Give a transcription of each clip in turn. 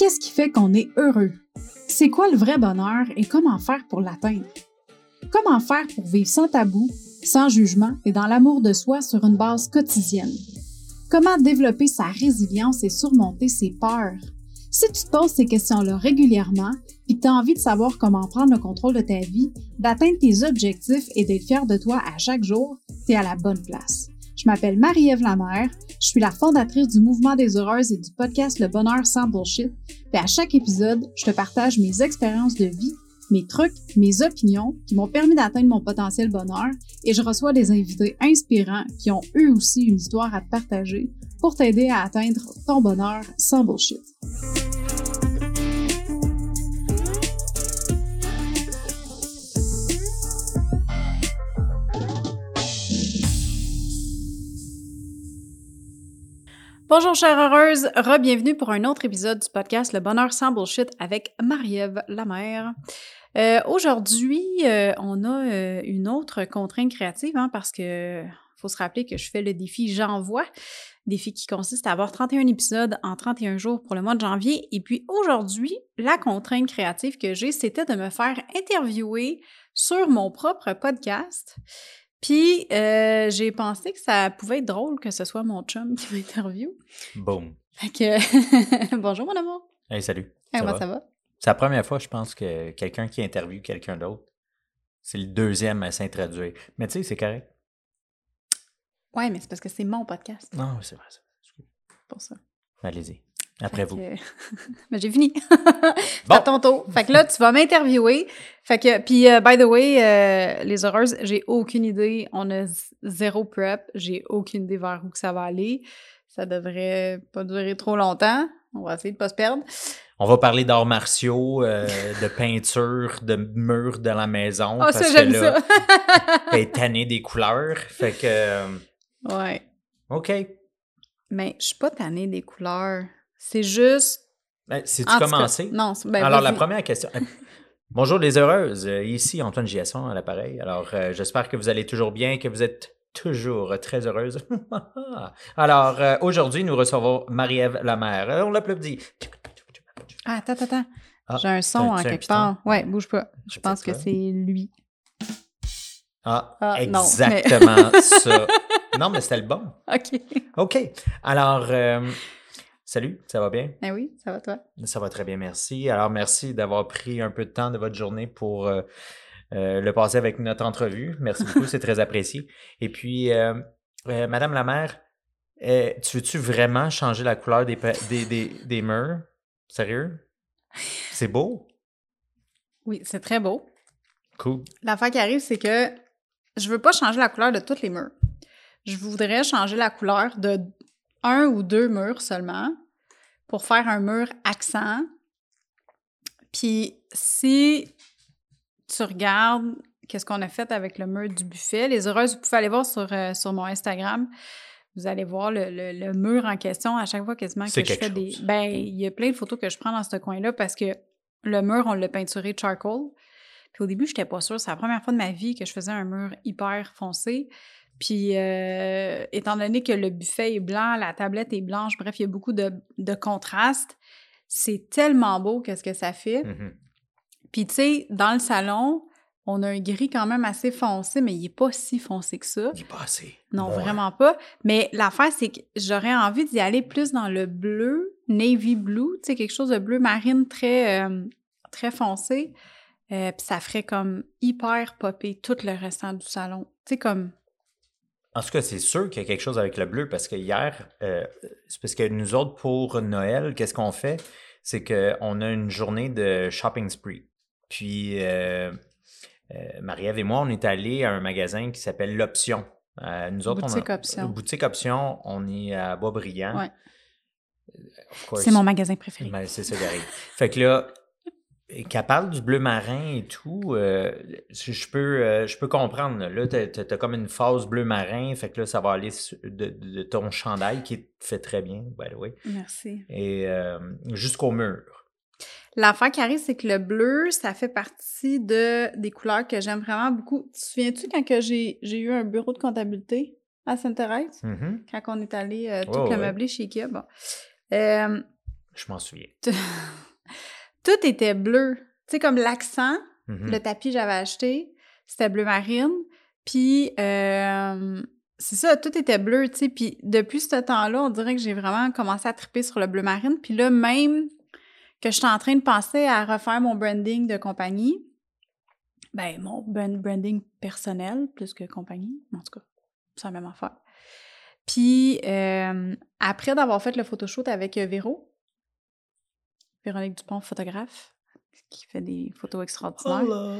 qu'est-ce qui fait qu'on est heureux? C'est quoi le vrai bonheur et comment faire pour l'atteindre? Comment faire pour vivre sans tabou, sans jugement et dans l'amour de soi sur une base quotidienne? Comment développer sa résilience et surmonter ses peurs? Si tu te poses ces questions-là régulièrement et que tu as envie de savoir comment prendre le contrôle de ta vie, d'atteindre tes objectifs et d'être fier de toi à chaque jour, tu es à la bonne place. Je m'appelle Marie-Ève Lamère, je suis la fondatrice du Mouvement des Heureuses et du podcast Le Bonheur sans Bullshit. Puis à chaque épisode, je te partage mes expériences de vie, mes trucs, mes opinions qui m'ont permis d'atteindre mon potentiel bonheur et je reçois des invités inspirants qui ont eux aussi une histoire à te partager pour t'aider à atteindre ton bonheur sans bullshit. Bonjour chère heureuse, re-bienvenue pour un autre épisode du podcast Le Bonheur sans Bullshit avec Marie-Ève Lamère. Aujourd'hui, on a une autre contrainte créative parce que faut se rappeler que je fais le défi J'envoie, défi qui consiste à avoir 31 épisodes en 31 jours pour le mois de janvier. Et puis aujourd'hui, la contrainte créative que j'ai, c'était de me faire interviewer sur mon propre podcast. Puis, j'ai pensé que ça pouvait être drôle que ce soit mon chum qui m'interviewe. Boom. Fait que, bonjour mon amour. Hey, salut. Comment ça va? C'est la première fois, je pense, que quelqu'un qui interviewe quelqu'un d'autre, c'est le deuxième à s'introduire. Mais tu sais, c'est correct. Ouais, mais c'est parce que c'est mon podcast. Non, c'est vrai. Pour ça. Allez-y. Après vous. Mais j'ai fini. Bon. C'est à ton tour. Fait que là, tu vas m'interviewer. Fait que, puis, by the way, les heureuses, j'ai aucune idée. On a zéro prep. J'ai aucune idée vers où que ça va aller. Ça devrait pas durer trop longtemps. On va essayer de pas se perdre. On va parler d'arts martiaux, de peinture, de murs de la maison. Ah, parce ça, j'aime que là, ça. t'es tanné des couleurs. Fait que... Ouais. OK. Mais je suis pas tannée des couleurs. C'est juste... Si-tu commencé? Non, Alors, vas-y. la première question... Bonjour les heureuses, ici Antoine Giasson à l'appareil. Alors, j'espère que vous allez toujours bien, que vous êtes toujours très heureuse. Alors, aujourd'hui, nous recevons Marie-Ève Lamère. On l'applaudit. Ah, attends. J'ai un son en quelque part. Ouais, bouge pas. Je pense que c'est lui. Exactement non, ça. Non, mais c'était le bon. OK. Alors, salut, ça va bien? Eh oui, ça va toi? Ça va très bien, merci. Alors, merci d'avoir pris un peu de temps de votre journée pour le passer avec notre entrevue. Merci beaucoup, c'est très apprécié. Et puis, Madame Lamère, tu veux-tu vraiment changer la couleur des murs? Sérieux? C'est beau? Oui, c'est très beau. Cool. L'affaire qui arrive, c'est que je veux pas changer la couleur de tous les murs. Je voudrais changer la couleur de 1 ou 2 murs seulement pour faire un mur accent. Puis si tu regardes qu'est-ce qu'on a fait avec le mur du buffet, les heureuses, vous pouvez aller voir sur mon Instagram. Vous allez voir le mur en question à chaque fois quasiment que je fais des... Ben, il y a plein de photos que je prends dans ce coin-là parce que le mur, on l'a peinturé charcoal. Puis au début, j'étais pas sûre. C'est la première fois de ma vie que je faisais un mur hyper foncé. Puis étant donné que le buffet est blanc, la tablette est blanche, bref, il y a beaucoup de contraste. C'est tellement beau qu'est-ce que ça fait. Mm-hmm. Puis tu sais, dans le salon... On a un gris quand même assez foncé, mais il n'est pas si foncé que ça. Il n'est pas assez. Non, vraiment pas. Mais l'affaire, c'est que j'aurais envie d'y aller plus dans le bleu, navy blue, tu sais, quelque chose de bleu marine très, très foncé. Puis ça ferait comme hyper popper tout le restant du salon. Tu sais, comme... En tout cas, c'est sûr qu'il y a quelque chose avec le bleu parce que hier, c'est parce que nous autres, pour Noël, qu'est-ce qu'on fait? C'est qu'on a une journée de shopping spree. Puis... Marie-Ève et moi, on est allés à un magasin qui s'appelle L'Option. Nous autres, Boutique Option, on est à Boisbriand. Ouais. C'est mon magasin préféré. Ben, c'est ça qui arrive. Fait que là, qu'elle parle du bleu marin et tout, je peux comprendre. Là, t'as comme une phase bleu marin, fait que là, ça va aller de ton chandail qui fait très bien, by the way. Merci. Et jusqu'au mur. L'affaire qui arrive, c'est que le bleu, ça fait partie des couleurs que j'aime vraiment beaucoup. Tu te souviens-tu quand que j'ai eu un bureau de comptabilité à Sainte-Thérèse? Mm-hmm. Quand on est allé tout le meublé chez Ikea? Bon. Je m'en souviens. Tout était bleu. Tu sais, comme l'accent, le tapis que j'avais acheté, c'était bleu marine. Puis, c'est ça, tout était bleu, tu sais. Puis, depuis ce temps-là, on dirait que j'ai vraiment commencé à triper sur le bleu marine. Puis là, même que je suis en train de penser à refaire mon branding de compagnie, ben mon branding personnel plus que compagnie, en tout cas, c'est la même affaire. Puis, après d'avoir fait le photoshoot avec Véronique Dupont, photographe, qui fait des photos extraordinaires,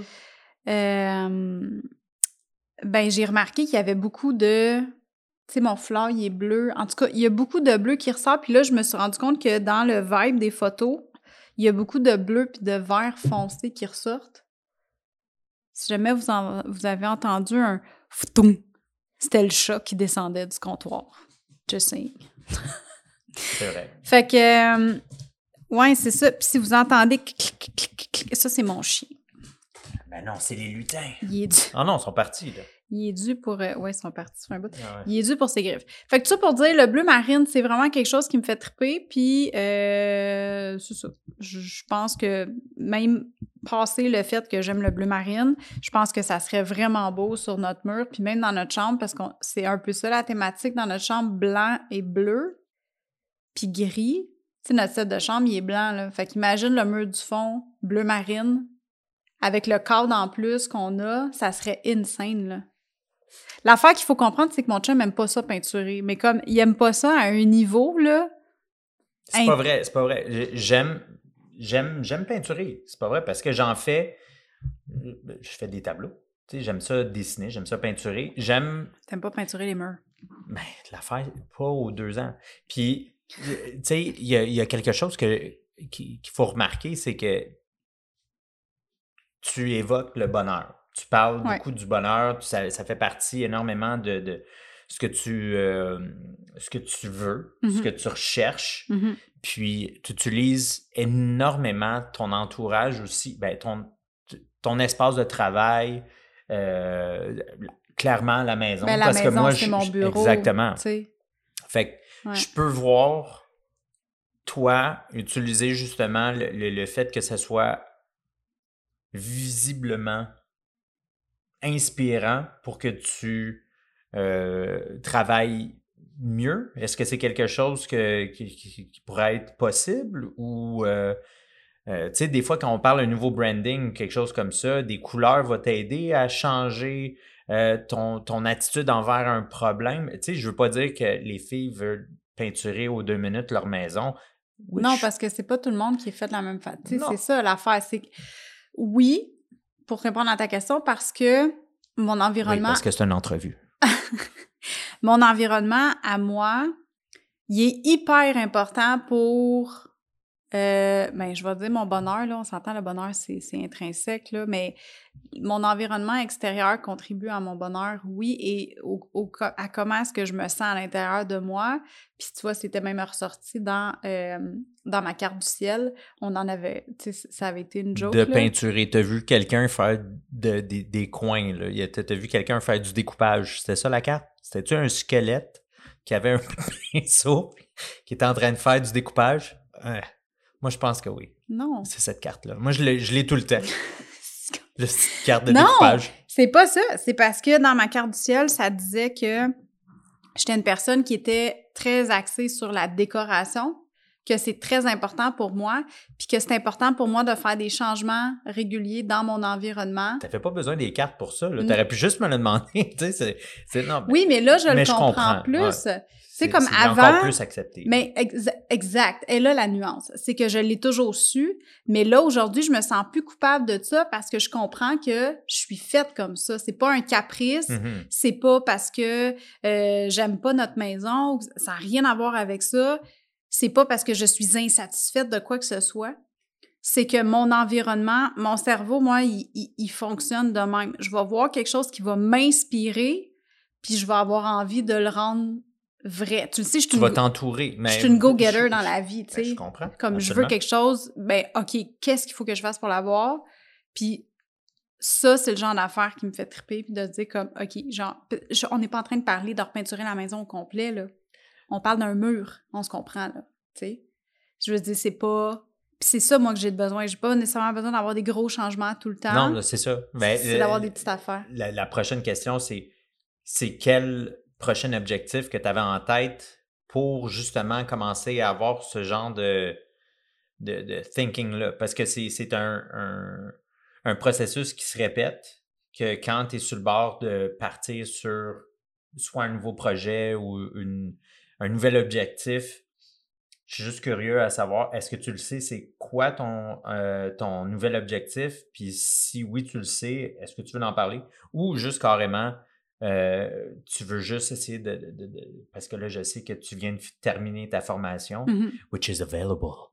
ben j'ai remarqué qu'il y avait beaucoup de... Tu sais, mon fleur, il est bleu. En tout cas, il y a beaucoup de bleu qui ressort. Puis là, je me suis rendu compte que dans le vibe des photos, il y a beaucoup de bleu puis de vert foncé qui ressortent. Si jamais vous avez entendu un « foutoum », c'était le chat qui descendait du comptoir. Just saying. C'est vrai. Fait que, ouais, c'est ça. Puis si vous entendez clic, ça, c'est mon chien. Ben non, c'est les lutins. Il est dû. Ah non, ils sont partis, là. Il est dû pour... ouais, ils sont partis sur un bout. Ah ouais. Il est dû pour ses griffes. Fait que tout ça pour dire, le bleu marine, c'est vraiment quelque chose qui me fait triper. Puis, c'est ça. Je pense que même passer le fait que j'aime le bleu marine, je pense que ça serait vraiment beau sur notre mur. Puis même dans notre chambre, parce que c'est un peu ça la thématique dans notre chambre, blanc et bleu, puis gris. Tu sais, notre set de chambre, il est blanc, là. Fait qu'imagine le mur du fond, bleu marine, avec le cadre en plus qu'on a, ça serait insane, là. L'affaire qu'il faut comprendre, c'est que mon chum n'aime pas ça peinturer. Mais comme il aime pas ça à un niveau, là... C'est pas vrai, c'est pas vrai. J'aime peinturer. C'est pas vrai, parce que j'en fais... Je fais des tableaux. Tu sais, j'aime ça dessiner, j'aime ça peinturer. T'aimes pas peinturer les murs? Ben, l'affaire, pas aux 2 ans. Puis, tu sais, il y a quelque chose qu'il faut remarquer, c'est que tu évoques le bonheur. Tu parles beaucoup du bonheur, ça fait partie énormément de ce que tu veux, ce que tu recherches. Puis, tu utilises énormément ton entourage aussi, ben, ton espace de travail, clairement la maison. Ben, la parce maison, que moi, c'est mon bureau. Exactement. T'sais. Fait que je peux voir toi utiliser justement le fait que ça soit visiblement inspirant pour que tu travailles mieux. Est-ce que c'est quelque chose qui pourrait être possible ou tu sais, des fois, quand on parle d'un nouveau branding, quelque chose comme ça, des couleurs vont t'aider à changer ton attitude envers un problème. Tu sais, je veux pas dire que les filles veulent peinturer aux 2 minutes leur maison. Non, parce que c'est pas tout le monde qui est fait de la même façon. Tu sais, c'est ça l'affaire. C'est que, oui, pour répondre à ta question, parce que mon environnement... Oui, parce que c'est une entrevue. Mon environnement, à moi, il est hyper important pour... ben, je vais dire mon bonheur, là, on s'entend, le bonheur, c'est intrinsèque, là, mais mon environnement extérieur contribue à mon bonheur, oui, et à comment est-ce que je me sens à l'intérieur de moi. Puis tu vois, c'était même ressorti dans ma carte du ciel. On en avait, tu sais, ça avait été une joke, de là. peinturer. T'as vu quelqu'un faire des coins, là. T'as vu quelqu'un faire du découpage. C'était ça la carte? C'était-tu un squelette qui avait un pinceau qui était en train de faire du découpage? Moi, je pense que oui. Non. C'est cette carte-là. Moi, je l'ai tout le temps. La petite carte de non, découpage. C'est pas ça. C'est parce que dans ma carte du ciel, ça disait que j'étais une personne qui était très axée sur la décoration, que c'est très important pour moi, puis que c'est important pour moi de faire des changements réguliers dans mon environnement. T'avais pas besoin des cartes pour ça. T'aurais pu juste me le demander. Tu sais, non, oui, mais là, je le comprends, comprends plus. Ouais. C'est comme avant. encore plus accepté. Mais exact. Et là, la nuance, c'est que je l'ai toujours su, mais là, aujourd'hui, je me sens plus coupable de ça parce que je comprends que je suis faite comme ça. C'est pas un caprice, c'est pas parce que j'aime pas notre maison, ça n'a rien à voir avec ça. C'est pas parce que je suis insatisfaite de quoi que ce soit. C'est que mon environnement, mon cerveau, moi, il fonctionne de même. Je vais voir quelque chose qui va m'inspirer, puis je vais avoir envie de le rendre vrai. Tu le sais, tu vas t'entourer. Je suis une go-getter dans la vie, tu sais. Je comprends. Comme je veux quelque chose, ben OK, qu'est-ce qu'il faut que je fasse pour l'avoir? Puis ça, c'est le genre d'affaire qui me fait triper, puis de dire comme, OK, genre, on n'est pas en train de parler de repeinturer la maison au complet, là. On parle d'un mur, on se comprend, là, tu sais. Je veux dire, c'est pas... Puis c'est ça, moi, que j'ai besoin. J'ai pas nécessairement besoin d'avoir des gros changements tout le temps. Non, c'est ça. Ben, c'est d'avoir des petites affaires. La prochaine question, c'est quel prochain objectif que tu avais en tête pour justement commencer à avoir ce genre de thinking-là? Parce que c'est un processus qui se répète, que quand tu es sur le bord de partir sur soit un nouveau projet ou un nouvel objectif, je suis juste curieux à savoir, est-ce que tu le sais, c'est quoi ton nouvel objectif? Puis si oui, tu le sais, est-ce que tu veux en parler? Ou juste carrément, tu veux juste essayer parce que là, je sais que tu viens de terminer ta formation, which is available.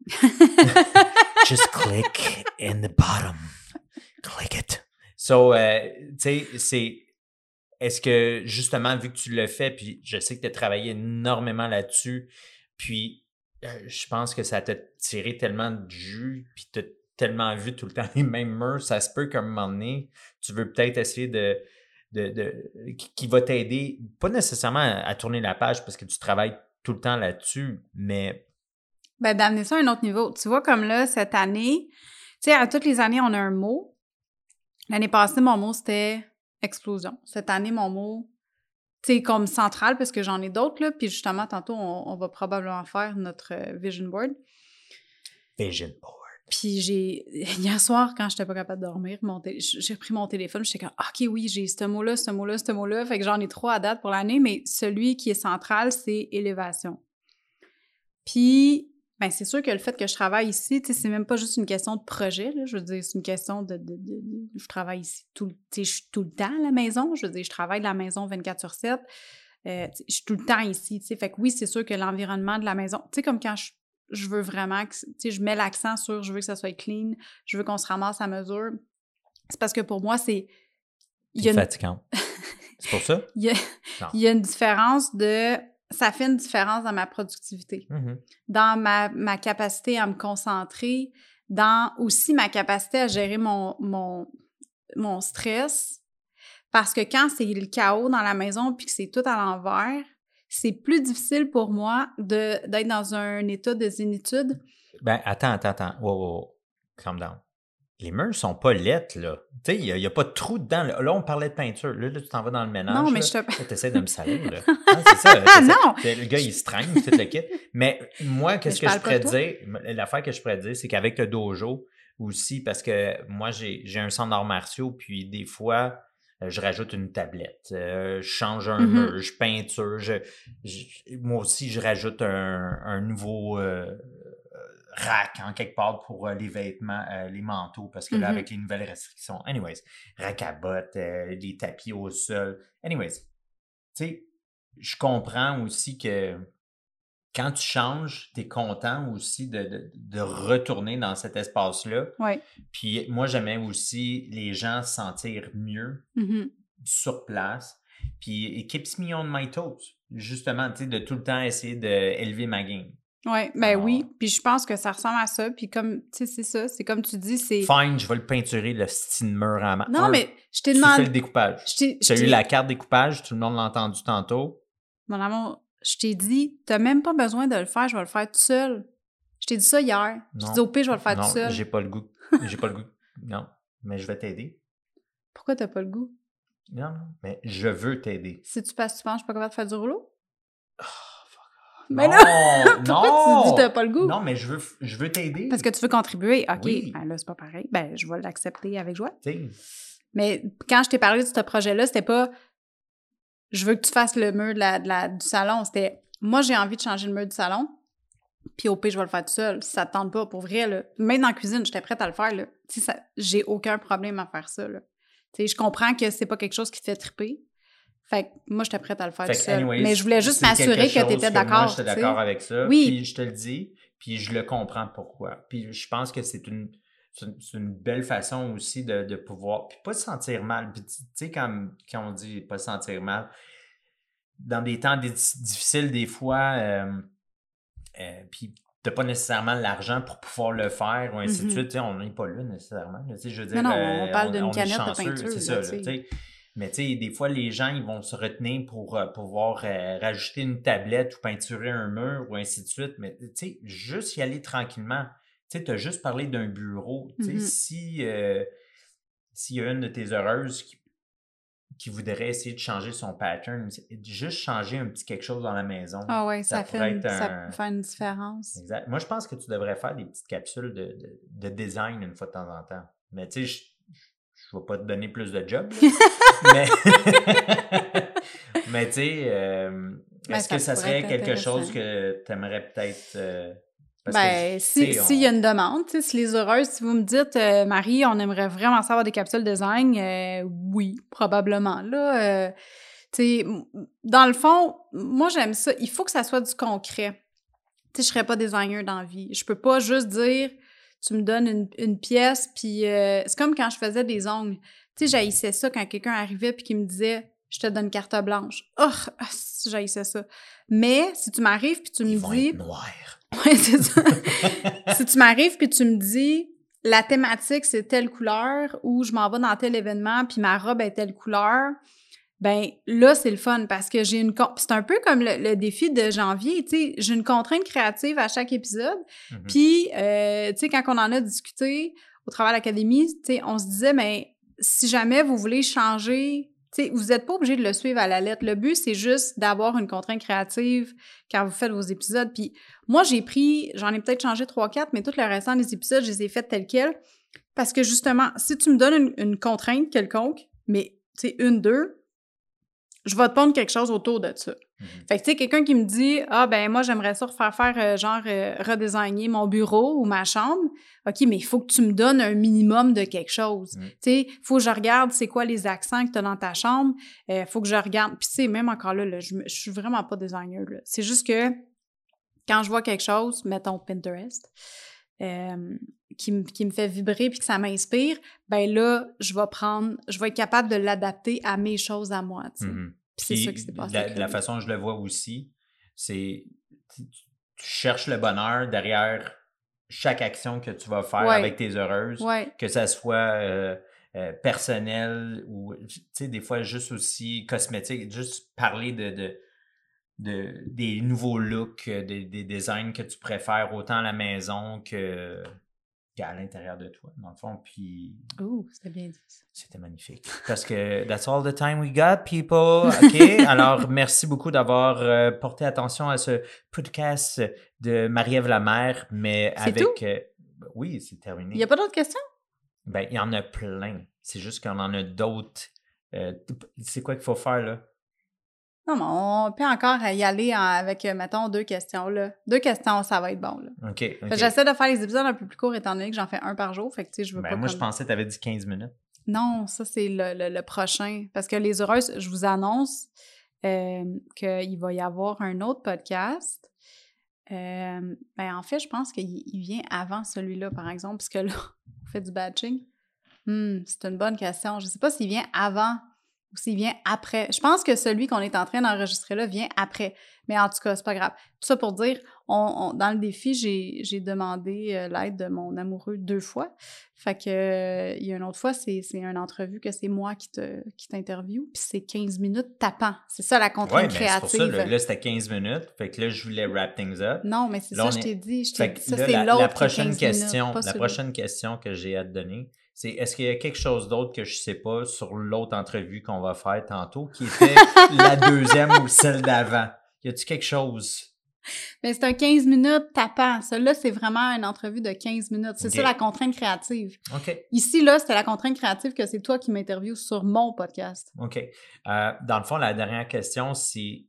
Just click in the bottom. Click it. So, tu sais, est-ce que justement, vu que tu le fais, puis je sais que tu as travaillé énormément là-dessus, puis je pense que ça t'a tiré tellement de jus, puis t'as tellement vu tout le temps les mêmes murs, ça se peut qu'à un moment donné, tu veux peut-être essayer qui va t'aider, pas nécessairement à tourner la page parce que tu travailles tout le temps là-dessus, mais... Ben, d'amener ça à un autre niveau. Tu vois, comme là, cette année, tu sais, à toutes les années, on a un mot. L'année passée, mon mot, c'était explosion. Cette année, mon mot... Tu sais, comme central, parce que j'en ai d'autres, là. Puis justement, tantôt, on va probablement faire notre vision board. Vision board. Puis hier soir, quand j'étais pas capable de dormir, j'ai pris mon téléphone, j'étais comme, OK, oui, j'ai ce mot-là, ce mot-là, ce mot-là. Fait que j'en ai 3 à date pour l'année, mais celui qui est central, c'est élévation. Puis, ben c'est sûr que le fait que je travaille ici, tu sais, c'est même pas juste une question de projet, là. Je veux dire, c'est une question je travaille ici je suis tout le temps à la maison. Je veux dire, je travaille de la maison 24/7. Je suis tout le temps ici, tu sais. Fait que oui, c'est sûr que l'environnement de la maison, tu sais, comme quand je veux vraiment que, tu sais, je mets l'accent sur je veux que ça soit clean, je veux qu'on se ramasse à mesure. C'est parce que pour moi, c'est... C'est fatigant. C'est pour ça? Il y a une différence de... Ça fait une différence dans ma productivité, dans ma capacité à me concentrer, dans aussi ma capacité à gérer mon stress. Parce que quand c'est le chaos dans la maison puis que c'est tout à l'envers, c'est plus difficile pour moi d'être dans un état de zénitude. Ben, attends. Wow. Calm down. Les murs sont pas lettres, là. Tu sais, il n'y a pas de trou dedans. Là, on parlait de peinture. Là tu t'en vas dans le ménage. Non, mais là, je te... tu essaies de me salir, là. Ah, c'est ça. Ah non! Le gars, il se traîne, tout le kit. Mais moi, qu'est-ce que je pourrais dire? L'affaire que je pourrais dire, c'est qu'avec le dojo aussi, parce que moi, j'ai un centre d'arts martiaux, puis des fois, je rajoute une tablette. Je change un mur, je peinture. Moi aussi, je rajoute un nouveau... rack en quelque part pour les vêtements, les manteaux, parce que là, avec les nouvelles restrictions, anyways, rack à bottes, les tapis au sol, anyways, tu sais, je comprends aussi que quand tu changes, tu es content aussi de retourner dans cet espace-là. Ouais. Puis moi, j'aimais aussi les gens se sentir mieux sur place. Puis it keeps me on my toes. Justement, tu sais, de tout le temps essayer d'élever ma game. Oui, ben oui. Puis je pense que ça ressemble à ça. Puis comme, tu sais, c'est ça. C'est comme tu dis, c'est... Fine, je vais le peinturer, le style mur à main. Non, mais je t'ai demandé... Tu fais le découpage. J'ai eu la carte découpage, tout le monde l'a entendu tantôt. Mon amour, je t'ai dit, t'as même pas besoin de le faire, je vais le faire tout seul. Je t'ai dit ça hier. Je t'ai dit au pire, je vais le faire tout seul. Non, j'ai pas le goût. Non, mais je vais t'aider. Pourquoi t'as pas le goût? Non, mais je veux t'aider. Si tu penses que je suis pas capable de faire du rouleau? Mais non! Pourquoi tu dis que t'as pas le goût? Non, mais je veux t'aider. Parce que tu veux contribuer. OK, oui. Ben là, c'est pas pareil. Ben, je vais l'accepter avec joie. T'sais. Mais quand je t'ai parlé de ce projet-là, c'était pas « je veux que tu fasses le mur du salon ». C'était « moi, j'ai envie de changer le mur du salon, puis au pire, je vais le faire tout seul. Si ça te tente pas, pour vrai, là. Même dans la cuisine, j'étais prête à le faire, là. Tu sais, j'ai aucun problème à faire ça, là. Tu sais, je comprends que c'est pas quelque chose qui te fait triper. Fait que moi, j'étais prête à le faire tout seul. Anyways, mais je voulais juste m'assurer que tu étais d'accord. Moi, j'étais d'accord avec ça. Oui. Puis je te le dis, puis je le comprends pourquoi. Puis je pense que c'est une belle façon aussi de pouvoir... Puis pas se sentir mal. Puis tu sais, quand on dit pas se sentir mal, dans des temps difficiles, des fois, puis t'as pas nécessairement l'argent pour pouvoir le faire, ou ainsi de suite. Tu sais, on n'est pas là nécessairement. Tu sais, je veux dire, non, on parle d'une canette chanceux, de peinture. C'est ça, tu sais. Mais tu sais, des fois, les gens, ils vont se retenir pour pouvoir rajouter une tablette ou peinturer un mur ou ainsi de suite. Mais tu sais, juste y aller tranquillement. Tu sais, tu as juste parlé d'un bureau. Tu sais, s'il y a une de tes heureuses qui voudrait essayer de changer son pattern, juste changer un petit quelque chose dans la maison. Ah ouais, ça pourrait fait être ça peut faire une différence. Exact. Moi, je pense que tu devrais faire des petites capsules de design une fois de temps en temps. Mais tu sais, je ne vais pas te donner plus de job. mais mais tu sais, est-ce que ça serait quelque chose que tu aimerais peut-être... s'il y a une demande, si les heureuses, si vous me dites, Marie, on aimerait vraiment savoir des capsules design, oui, probablement. Là, dans le fond, moi, j'aime ça. Il faut que ça soit du concret. Je ne serais pas designer dans la vie. Je peux pas juste dire, tu me donnes une pièce, puis c'est comme quand je faisais des ongles. Tu sais, j'haïssais ça quand quelqu'un arrivait puis qui me disait, je te donne carte blanche. Oh, j'haïssais ça. Mais si tu m'arrives puis tu me dis... Être noirs. Ouais, c'est ça. Si tu m'arrives puis tu me dis, la thématique, c'est telle couleur, ou je m'en vais dans tel événement puis ma robe est telle couleur, ben là, c'est le fun parce que j'ai une... C'est un peu comme le défi de janvier, tu sais, j'ai une contrainte créative à chaque épisode. Puis, tu sais, quand on en a discuté au travers de l'académie, tu sais, on se disait, mais si jamais vous voulez changer... Tu sais, vous n'êtes pas obligé de le suivre à la lettre. Le but, c'est juste d'avoir une contrainte créative quand vous faites vos épisodes. Puis moi, j'en ai peut-être changé 3-4, mais tout le restant des épisodes, je les ai faits tels quels. Parce que justement, si tu me donnes une contrainte quelconque, mais tu sais, 1, 2, je vais te pondre quelque chose autour de ça. Fait que tu sais, quelqu'un qui me dit « Ah, ben moi, j'aimerais ça redesigner mon bureau ou ma chambre. » OK, mais il faut que tu me donnes un minimum de quelque chose. Tu sais, il faut que je regarde c'est quoi les accents que tu as dans ta chambre. Il faut que je regarde. Puis tu sais, même encore là, je suis vraiment pas designer. Là. C'est juste que quand je vois quelque chose, mettons Pinterest, qui me fait vibrer puis que ça m'inspire, ben là, je vais être capable de l'adapter à mes choses à moi, tu sais. Puis c'est ça qui s'est passé. La façon dont je le vois aussi, c'est tu cherches le bonheur derrière chaque action que tu vas faire avec tes heureuses, que ça soit personnel ou, tu sais, des fois juste aussi cosmétique, juste parler des nouveaux looks, des designs que tu préfères autant à la maison qu'à l'intérieur de toi, dans le fond. Puis... Oh, c'était bien dit. C'était magnifique. Parce que that's all the time we got, people. OK? Alors, merci beaucoup d'avoir porté attention à ce podcast de Marie-Ève Lamère, mais c'est avec... tout? Oui, c'est terminé. Il n'y a pas d'autres questions? Ben, il y en a plein. C'est juste qu'on en a d'autres. C'est quoi qu'il faut faire, là? Non, mais on peut encore y aller avec, mettons, 2 questions, là. 2 questions, ça va être bon, là. OK. J'essaie de faire les épisodes un peu plus courts, étant donné que j'en fais un par jour, fait que, tu sais, je veux pas... Moi, je pensais que tu avais dit 15 minutes. Non, ça, c'est le prochain. Parce que les heureuses, je vous annonce qu'il va y avoir un autre podcast. En fait, je pense qu'il vient avant celui-là, par exemple, parce que là, on fait du batching. C'est une bonne question. Je ne sais pas s'il vient avant ou s'il vient après. Je pense que celui qu'on est en train d'enregistrer là vient après. Mais en tout cas, c'est pas grave. Tout ça pour dire, dans le défi, j'ai demandé l'aide de mon amoureux 2 fois. Fait que il y a une autre fois, c'est une entrevue que c'est moi qui t'interviewe, puis c'est 15 minutes tapant. C'est ça la contrainte créative. C'est pour ça, là, c'était 15 minutes. Fait que là, je voulais wrap things up. Non, mais c'est ça, je t'ai dit. Ça, c'est l'autre. La prochaine question que j'ai à te donner, c'est est-ce qu'il y a quelque chose d'autre que je sais pas sur l'autre entrevue qu'on va faire tantôt, qui était la deuxième ou celle d'avant? Y a-tu quelque chose? Mais c'est un 15 minutes tapant. Celui-là, c'est vraiment une entrevue de 15 minutes. C'est ça la contrainte créative. OK. Ici, là, c'était la contrainte créative que c'est toi qui m'interviews sur mon podcast. OK. Dans le fond, la dernière question, c'est...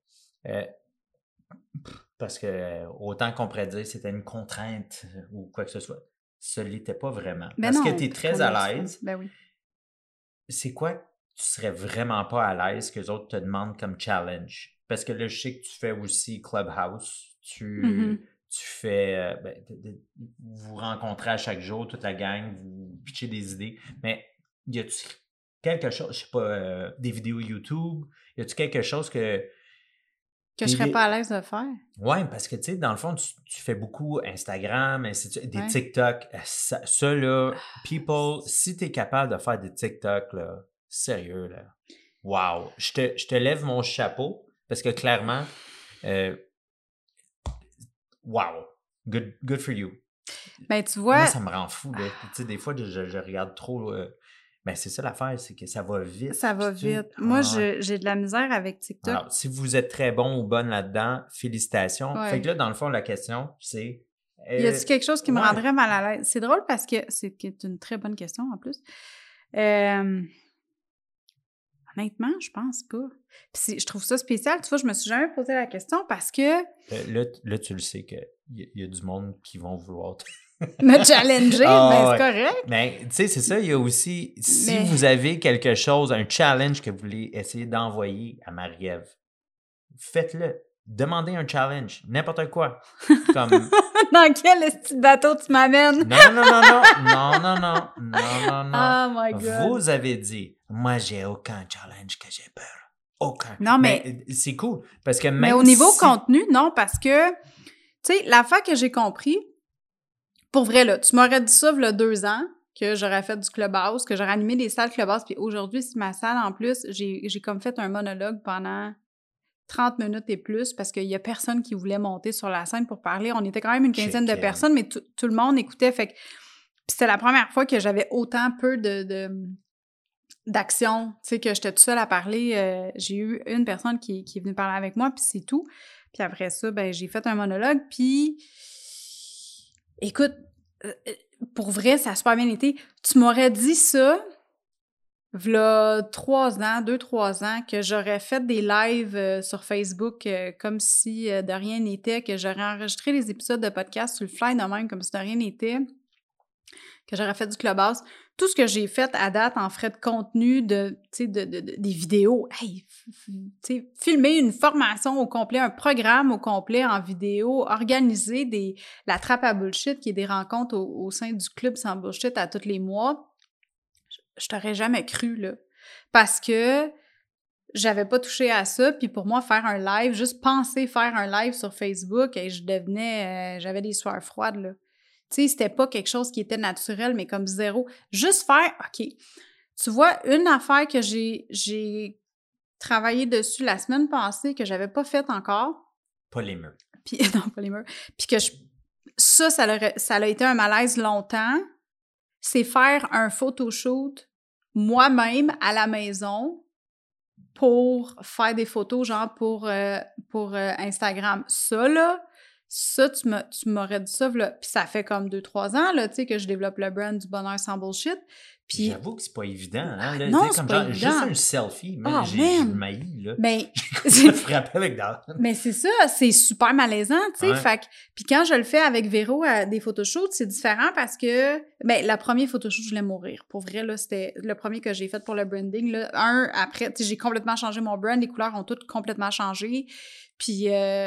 parce que autant qu'on pourrait dire que c'était une contrainte ou quoi que ce soit, ce l'était pas vraiment. Parce que tu es très à l'aise. Ben oui. C'est quoi que tu serais vraiment pas à l'aise que les autres te demandent comme challenge? Parce que là, je sais que tu fais aussi Clubhouse. Tu fais... vous rencontrez à chaque jour, toute la gang, vous pitchez des idées. Mais y a-tu quelque chose, je sais pas, des vidéos YouTube? Y a-tu quelque chose que je serais pas à l'aise de faire? Oui, parce que, tu sais, dans le fond, tu fais beaucoup Instagram, des TikTok. Ça, là, people, si tu es capable de faire des TikTok, là, Sérieux, là. Wow! Je te lève mon chapeau parce que clairement, wow! Good for you. Ben, tu vois... Moi, ça me rend fou, là. Tu sais, des fois, je regarde trop... Ben, c'est ça l'affaire, c'est que ça va vite. Ça va vite. Moi, j'ai de la misère avec TikTok. Alors, si vous êtes très bon ou bonne là-dedans, félicitations. Ouais. Fait que là, dans le fond, la question, c'est... Y a-t-il quelque chose qui me rendrait mal à l'aise? C'est drôle parce que c'est une très bonne question, en plus. Honnêtement, je pense pas. Puis je trouve ça spécial. Tu vois, je me suis jamais posé la question parce que... Là, tu le sais qu'il y a du monde qui vont vouloir... me challenger, ben c'est correct. Mais tu sais, c'est ça, il y a aussi, si vous avez quelque chose, un challenge que vous voulez essayer d'envoyer à Marie-Ève, faites-le. Demandez un challenge, n'importe quoi. Comme... Dans quel petit bateau tu m'amènes? Non. Oh my God. Vous avez dit, moi, j'ai aucun challenge que j'ai peur. Aucun. Non, mais c'est cool, parce que même mais au niveau contenu, non, parce que, tu sais, l'affaire que j'ai compris, pour vrai, là, tu m'aurais dit ça il y a 2 ans, que j'aurais fait du clubhouse, que j'aurais animé des salles clubhouse, puis aujourd'hui, c'est ma salle, en plus, j'ai comme fait un monologue pendant 30 minutes et plus, parce qu'il y a personne qui voulait monter sur la scène pour parler. On était quand même une quinzaine de personnes, mais tout le monde écoutait, fait que... Puis c'était la première fois que j'avais autant peu d'action, tu sais, que j'étais toute seule à parler. J'ai eu une personne qui est venue parler avec moi, puis c'est tout. Puis après ça, ben j'ai fait un monologue, puis... Écoute, pour vrai, ça a super bien été. Tu m'aurais dit ça, v'là 2-3 ans, que j'aurais fait des lives sur Facebook comme si de rien n'était, que j'aurais enregistré les épisodes de podcast sur le fly de même, comme si de rien n'était, que j'aurais fait du clubhouse. Tout ce que j'ai fait à date en frais de contenu, des vidéos, hey, filmer une formation au complet, un programme au complet en vidéo, organiser la trappe à bullshit, qui est des rencontres au sein du club sans bullshit à tous les mois, je t'aurais jamais cru, là. Parce que j'avais pas touché à ça, puis pour moi, faire un live, juste penser faire un live sur Facebook, et j'avais des sueurs froides, là. Tu sais, c'était pas quelque chose qui était naturel, mais comme zéro. Juste faire, OK. Tu vois, une affaire que j'ai travaillé dessus la semaine passée, que j'avais pas faite encore. Pas les murs. Puis, non, pas les murs. Puis que ça a été un malaise longtemps. C'est faire un photoshoot moi-même à la maison pour faire des photos, genre pour Instagram. Ça, là, tu m'aurais dit ça, là, puis ça fait comme 2-3 ans, là, tu sais, que je développe le brand du bonheur sans bullshit. Puis... J'avoue que c'est pas évident, hein? Là, non, c'est comme pas genre, évident. juste un selfie, mais j'ai mailli, là. Mais... j'ai frappé avec dans... Mais c'est ça, c'est super malaisant, tu sais. Ouais. Puis quand je le fais avec Véro à des photoshoots, c'est différent parce que... Ben, le premier photoshoot, je voulais mourir. Pour vrai, là, c'était le premier que j'ai fait pour le branding, là. Après, tu sais, j'ai complètement changé mon brand, les couleurs ont toutes complètement changé. Puis...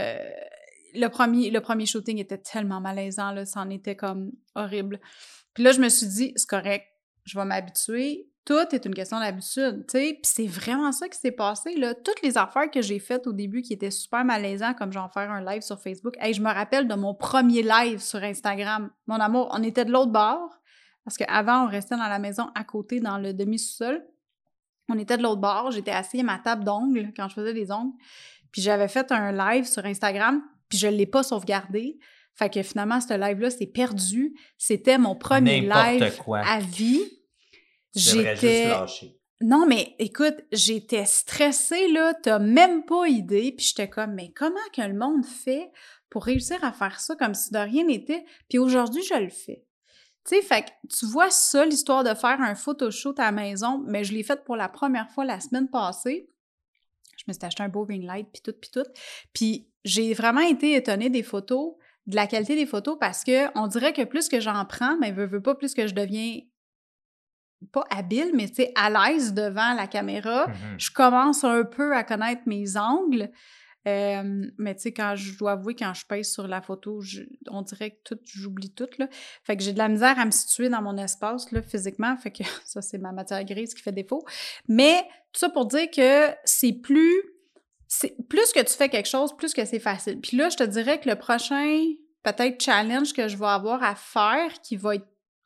Le premier shooting était tellement malaisant, là, ça en était comme horrible. Puis là, je me suis dit, c'est correct, je vais m'habituer. Tout est une question d'habitude, tu sais. Puis c'est vraiment ça qui s'est passé, là. Toutes les affaires que j'ai faites au début qui étaient super malaisantes, comme genre faire un live sur Facebook. Hey, je me rappelle de mon premier live sur Instagram. Mon amour, on était de l'autre bord, parce qu'avant, on restait dans la maison à côté, dans le demi-sous-sol. On était de l'autre bord, j'étais assise à ma table d'ongles quand je faisais des ongles. Puis j'avais fait un live sur Instagram, puis je ne l'ai pas sauvegardé. Fait que finalement, ce live-là, c'est perdu. C'était mon premier live à vie. J'étais juste lâché. Non, mais écoute, j'étais stressée, là. T'as même pas idée. Puis j'étais comme, mais comment que le monde fait pour réussir à faire ça comme si de rien n'était? Puis aujourd'hui, je le fais. Tu sais, fait que tu vois ça, l'histoire de faire un photoshoot à la maison, mais je l'ai faite pour la première fois la semaine passée. Je me suis acheté un beau ring light, puis tout. Puis j'ai vraiment été étonnée des photos, de la qualité des photos, parce que on dirait que plus que j'en prends, mais veux pas, plus que je deviens pas habile, mais tu sais, à l'aise devant la caméra. Mm-hmm. Je commence un peu à connaître mes angles. Mais tu sais, je dois avouer, quand je pèse sur la photo, on dirait que j'oublie tout, là. Fait que j'ai de la misère à me situer dans mon espace, là, physiquement. Fait que ça, c'est ma matière grise qui fait défaut. Mais tout ça pour dire que c'est plus que tu fais quelque chose, plus que c'est facile. Puis là, je te dirais que le prochain, peut-être, challenge que je vais avoir à faire, qui va être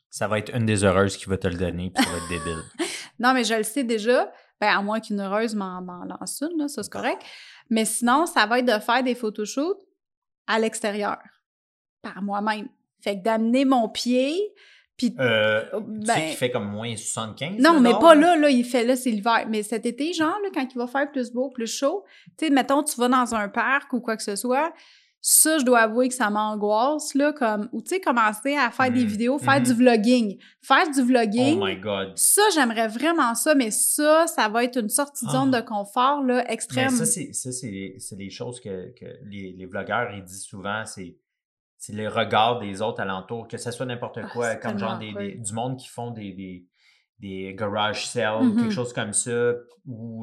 Ça va être une des heureuses qui va te le donner, puis ça va être débile. Non, mais je le sais déjà. Ben, à moins qu'une heureuse m'en lance une, là, ça, c'est correct. Mais sinon, ça va être de faire des photoshoots à l'extérieur, par moi-même. Fait que d'amener mon pied, puis... Tu sais qu'il fait comme moins 75? Non, là, mais dehors, pas là? là, il fait là, c'est l'hiver. Mais cet été, genre, là, quand il va faire plus beau, plus chaud, tu sais, mettons, tu vas dans un parc ou quoi que ce soit, ça, je dois avouer que ça m'angoisse, là, comme... Ou, tu sais, commencer à faire des vidéos, faire du vlogging. Faire du vlogging... Oh my God! Ça, j'aimerais vraiment ça, mais ça va être une sortie de zone de confort, là, extrême. Mais ça, c'est les choses que les vlogueurs, ils disent souvent, c'est les regards des autres alentours, que ce soit n'importe quoi, comme genre du monde qui font des garage sales, quelque chose comme ça, où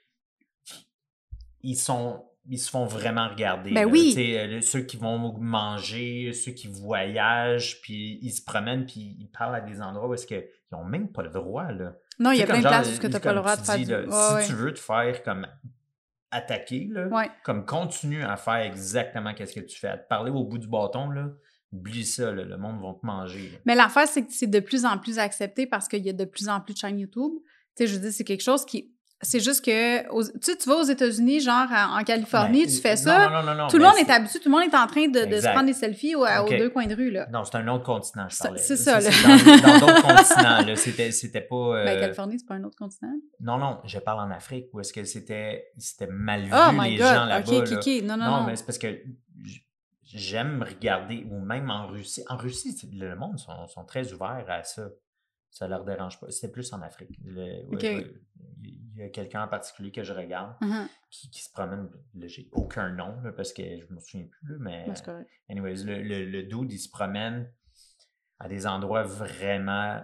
ils se font vraiment regarder. Ben là. oui! Ceux qui vont manger, ceux qui voyagent, puis ils se promènent, puis ils parlent à des endroits où est-ce qu'ils n'ont même pas le droit, là. Non, il y a plein de genre, places où tu n'as pas le droit de faire dis, du... là, si tu veux te faire comme attaquer, là, comme continue à faire exactement qu'est-ce que tu fais, à te parler au bout du bâton, là, oublie ça, là, le monde va te manger. Là. Mais l'affaire, c'est que c'est de plus en plus accepté parce qu'il y a de plus en plus de chaînes YouTube. Tu sais, je veux dire, c'est quelque chose qui... C'est juste que, tu vas aux États-Unis, genre en Californie, tu fais ça. Non, tout le monde est habitué, tout le monde est en train de se prendre des selfies aux deux coins de rue, là. Non, c'est un autre continent, je parlais. C'est ça, là. Dans d'autres continents, là. C'était pas... Californie, c'est pas un autre continent? Non, je parle en Afrique, où est-ce que c'était mal vu, les God. gens là-bas. OK. Non. Mais c'est parce que j'aime regarder, ou même en Russie. En Russie, le monde sont très ouverts à ça. Ça leur dérange pas. C'était plus en Afrique. Il y a quelqu'un en particulier que je regarde qui se promène. Là, j'ai aucun nom là, parce que je me souviens plus. Là, mais c'est correct. Anyways, le dude, il se promène à des endroits vraiment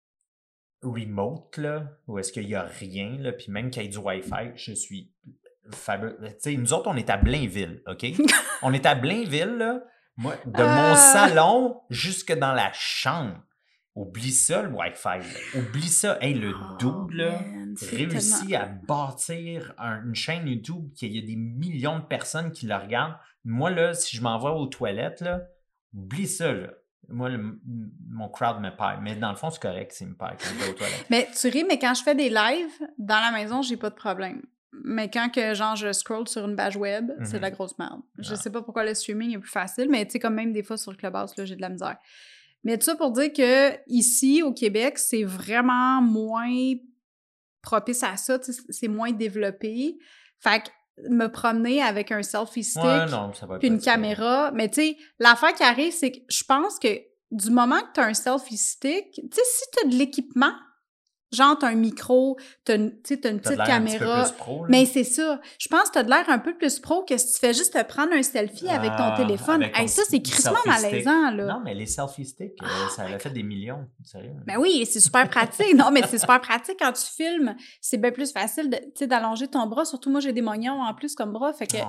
remote, là, où est-ce qu'il n'y a rien. Là, puis même qu'il y ait du Wi-Fi, je suis fabuleux. Tu sais, nous autres, on est à Blainville, OK? On est à Blainville, là. Moi, de mon salon jusque dans la chambre. Oublie ça, le Wi-Fi. Là. Oublie ça. Hey, le dude, là, réussit à bâtir une chaîne YouTube qu'il y a des millions de personnes qui le regardent. Moi, là, si je m'en vais aux toilettes, là, oublie ça, là. Moi, mon crowd me perd. Mais dans le fond, c'est correct s'il me perd quand je vais aux toilettes. Mais tu ris, mais quand je fais des lives, dans la maison, j'ai pas de problème. Mais quand que, genre, je scroll sur une page web, c'est de la grosse merde. Je sais pas pourquoi le streaming est plus facile, mais tu sais, comme même des fois sur Clubhouse, là, j'ai de la misère. Mais tout ça pour dire que ici, au Québec, c'est vraiment moins propice à ça, c'est moins développé. Fait que me promener avec un selfie stick puis une caméra, mais tu sais, l'affaire qui arrive, c'est que je pense que du moment que tu as un selfie stick, tu sais, si tu as de l'équipement, genre, t'as un micro, t'as une petite caméra. Un petit peu plus pro, mais c'est ça. Je pense que t'as de l'air un peu plus pro que si tu fais juste te prendre un selfie avec ton téléphone. Ça, c'est crissement malaisant, là. Non, mais les selfie sticks, ça a fait des millions, sérieux. Ben oui, c'est super pratique. Non, mais c'est super pratique quand tu filmes. C'est bien plus facile d'allonger ton bras. Surtout, moi, j'ai des moignons en plus comme bras, fait que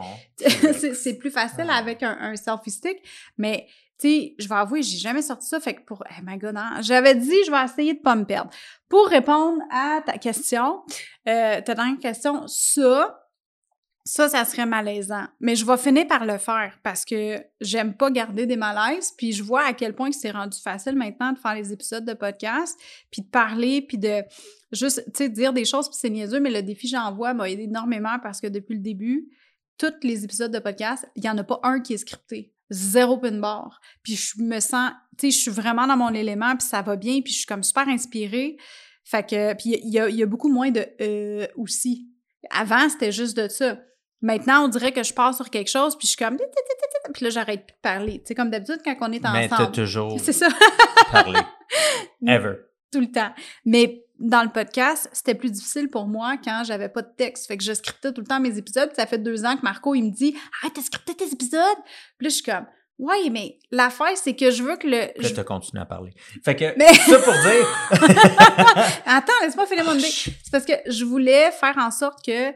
c'est plus facile avec un selfie stick. Mais tu sais, je vais avouer, j'ai jamais sorti ça, fait que oh my God, hein, j'avais dit, je vais essayer de pas me perdre. Pour répondre à ta question, ta dernière question, ça serait malaisant. Mais je vais finir par le faire parce que j'aime pas garder des malaises, puis je vois à quel point c'est rendu facile maintenant de faire les épisodes de podcast, puis de parler, puis de juste, tu sais, dire des choses, puis c'est niaiseux, mais le défi J'envoie m'a aidé énormément parce que depuis le début, tous les épisodes de podcast, il y en a pas un qui est scripté. 0 pin bar. Puis je me sens, tu sais, je suis vraiment dans mon élément, puis ça va bien, puis je suis comme super inspirée. Fait que, puis il y a beaucoup moins de aussi. Avant, c'était juste de ça. Maintenant, on dirait que je pars sur quelque chose, puis je suis comme... Puis là, j'arrête plus de parler. Tu sais, comme d'habitude, quand on est ensemble. Mais t'as toujours c'est ça. parlé. Ever. Tout le temps. Mais dans le podcast, c'était plus difficile pour moi quand j'avais pas de texte. Fait que je scriptais tout le temps mes épisodes. Ça fait 2 ans que Marco, il me dit « Arrête de scripter tes épisodes! » Puis là, je suis comme « Ouais, mais l'affaire, c'est que je veux que le... » Puis là, t'as continué à parler. Fait que, ça pour dire... Attends, laisse-moi finir mon idée. C'est parce que je voulais faire en sorte que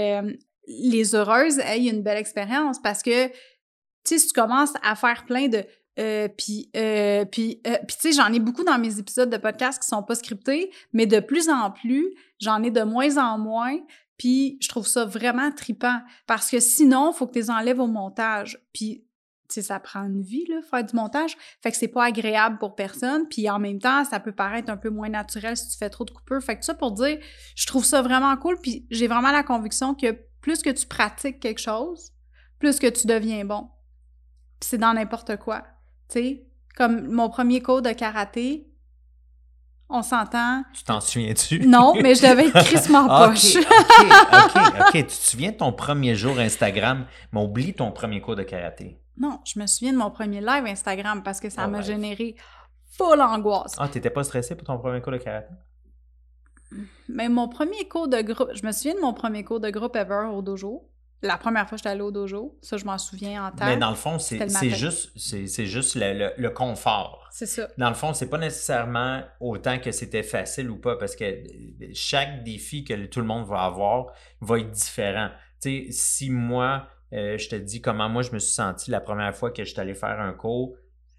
les heureuses aient une belle expérience parce que, tu sais, si tu commences à faire plein de... Puis tu sais, j'en ai beaucoup dans mes épisodes de podcast qui sont pas scriptés, mais de plus en plus, j'en ai de moins en moins, puis je trouve ça vraiment trippant, parce que sinon, il faut que tu les enlèves au montage. Puis, sais, ça prend une vie, là, faire du montage. Fait que c'est pas agréable pour personne. Puis en même temps, ça peut paraître un peu moins naturel si tu fais trop de coupures. Fait que ça, pour dire, je trouve ça vraiment cool. Puis j'ai vraiment la conviction que plus que tu pratiques quelque chose, plus que tu deviens bon. Puis c'est dans n'importe quoi. Tu sais, comme mon premier cours de karaté, on s'entend. Tu t'en souviens-tu? Non, mais je devais être crissement poche. OK. Tu te souviens de ton premier jour Instagram, mais oublie ton premier cours de karaté. Non, je me souviens de mon premier live Instagram parce que ça m'a live. généré full angoisse. Ah, t'étais pas stressé pour ton premier cours de karaté? Mais mon premier cours de groupe, je me souviens de mon premier cours de groupe ever au dojo. La première fois que j'étais allée au dojo, ça, je m'en souviens en tête. Mais dans le fond, c'est juste le confort. C'est ça. Dans le fond, c'est pas nécessairement autant que c'était facile ou pas, parce que chaque défi que tout le monde va avoir va être différent. Tu sais, si moi, je te dis comment moi je me suis senti la première fois que je suis allé faire un cours,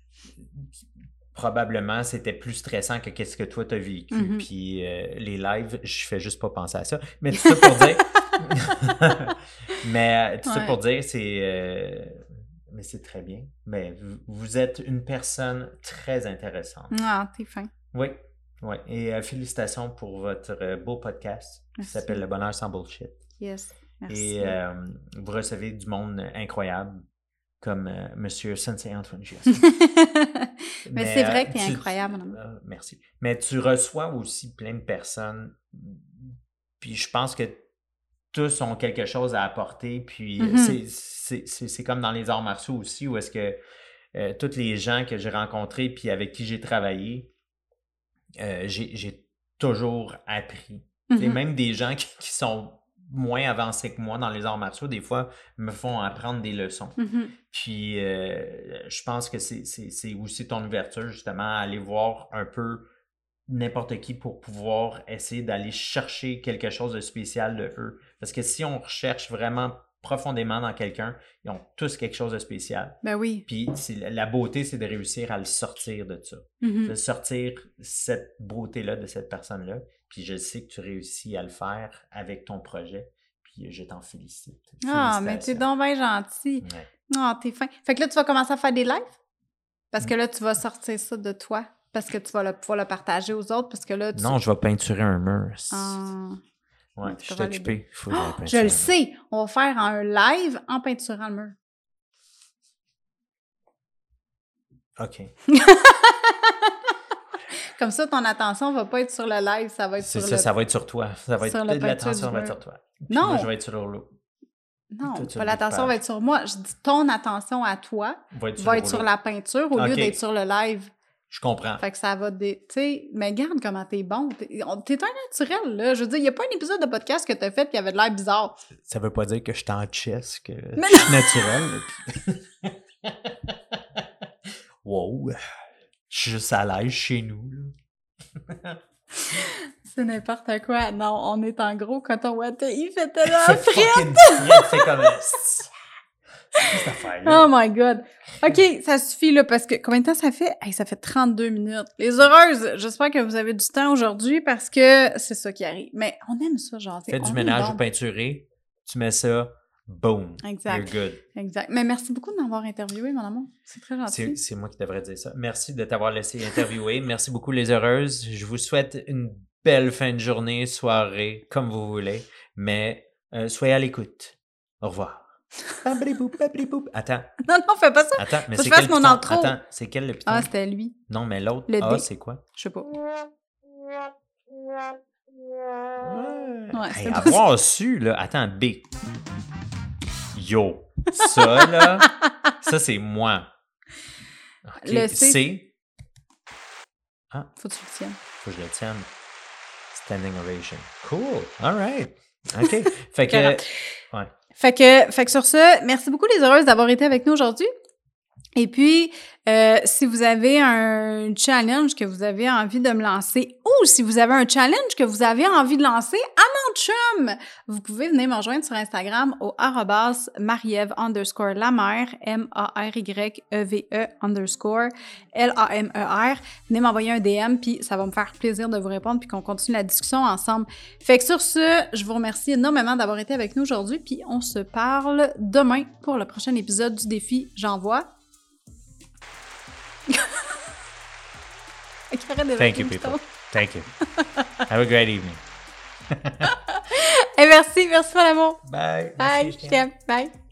probablement c'était plus stressant que qu'est-ce que toi t'as vécu. Mm-hmm. Puis les lives, je fais juste pas penser à ça. Mais tout ça pour dire... Mais tout ça pour dire, mais c'est très bien. Mais vous êtes une personne très intéressante. Ah, t'es fin. Oui. Et félicitations pour votre beau podcast qui s'appelle Le Bonheur sans Bullshit. Yes, merci. Et vous recevez du monde incroyable comme Monsieur Sensei Antoine Gies. Mais c'est vrai que t'es incroyable. Merci. Mais tu reçois aussi plein de personnes. Puis je pense que tous ont quelque chose à apporter, puis c'est comme dans les arts martiaux aussi, où est-ce que tous les gens que j'ai rencontrés puis avec qui j'ai travaillé, j'ai toujours appris. Même des gens qui sont moins avancés que moi dans les arts martiaux, des fois, me font apprendre des leçons. Puis je pense que c'est aussi ton ouverture, justement, à aller voir un peu n'importe qui pour pouvoir essayer d'aller chercher quelque chose de spécial de eux. Parce que si on recherche vraiment profondément dans quelqu'un, ils ont tous quelque chose de spécial. Ben oui. Puis la beauté, c'est de réussir à le sortir de ça. De sortir cette beauté-là de cette personne-là. Puis je sais que tu réussis à le faire avec ton projet. Puis je t'en félicite. Ah, mais t'es donc bien gentil. Ouais. Ah, t'es fin. Fait que là, tu vas commencer à faire des lives? Parce que là, tu vas sortir ça de toi. Parce que tu vas pouvoir le partager aux autres, parce que là... Non, je vais peinturer un mur. Ouais, je suis occupé. Faut que je le sais! On va faire un live en peinturant le mur. OK. Comme ça, ton attention va pas être sur le live, ça va être sur ça va être sur toi. L'attention va être sur toi. Puis non! Moi, je vais être sur l'eau. Non, pas l'attention va être sur moi. Je dis ton attention à toi va être sur la peinture au lieu d'être sur le live. Je comprends. Fait que ça va... Tu sais, mais regarde comment t'es bon. T'es un naturel, là. Je veux dire, il n'y a pas un épisode de podcast que t'as fait qui avait de l'air bizarre. Ça veut pas dire que je suis en chess, que je suis naturel. Wow! Je suis juste à l'aise chez nous, là. C'est n'importe quoi. Non, on est en gros coton ouaté. Il fait tellement frette! C'est comme... C'est cette affaire-là. Oh my God. OK, ça suffit, là, parce que combien de temps ça fait? Hey, ça fait 32 minutes. Les heureuses, j'espère que vous avez du temps aujourd'hui parce que c'est ça qui arrive. Mais on aime ça, genre. Fais du ménage ou peinturé, tu mets ça, boom. Exact. You're good. Exact. Mais merci beaucoup de m'avoir interviewé, mon amour. C'est très gentil. C'est moi qui devrais dire ça. Merci de t'avoir laissé interviewer. Merci beaucoup, les heureuses. Je vous souhaite une belle fin de journée, soirée, comme vous voulez. Mais soyez à l'écoute. Au revoir. Attends. Non, fais pas ça. Attends, mais faut que je fasse mon outro. Attends, c'est quel le piton? Ah, c'était lui. Non, mais l'autre. Le D. C'est quoi? Je sais pas. Ouais, hey, avoir su, là. Attends, B. Yo. Ça, là. Ça, c'est moi. Okay. Le C. C. Ah. Faut que tu le tiennes. Faut que je le tienne. Standing ovation. Cool. All right. OK. Fait que... Ouais. Fait que sur ce, merci beaucoup les heureuses d'avoir été avec nous aujourd'hui. Et puis, si vous avez un challenge que vous avez envie de me lancer ou si vous avez un challenge que vous avez envie de lancer à mon chum, vous pouvez venir me rejoindre sur Instagram au @Marie-Ève_Lamer, MARYEVE_LAMER. Venez m'envoyer un DM, puis ça va me faire plaisir de vous répondre, puis qu'on continue la discussion ensemble. Fait que sur ce, je vous remercie énormément d'avoir été avec nous aujourd'hui, puis on se parle demain pour le prochain épisode du défi J'envoie. Thank you, people. Thank you. Have a great evening. Et merci mon amour. Bye. Bye, Merci, je t'aime. Bye.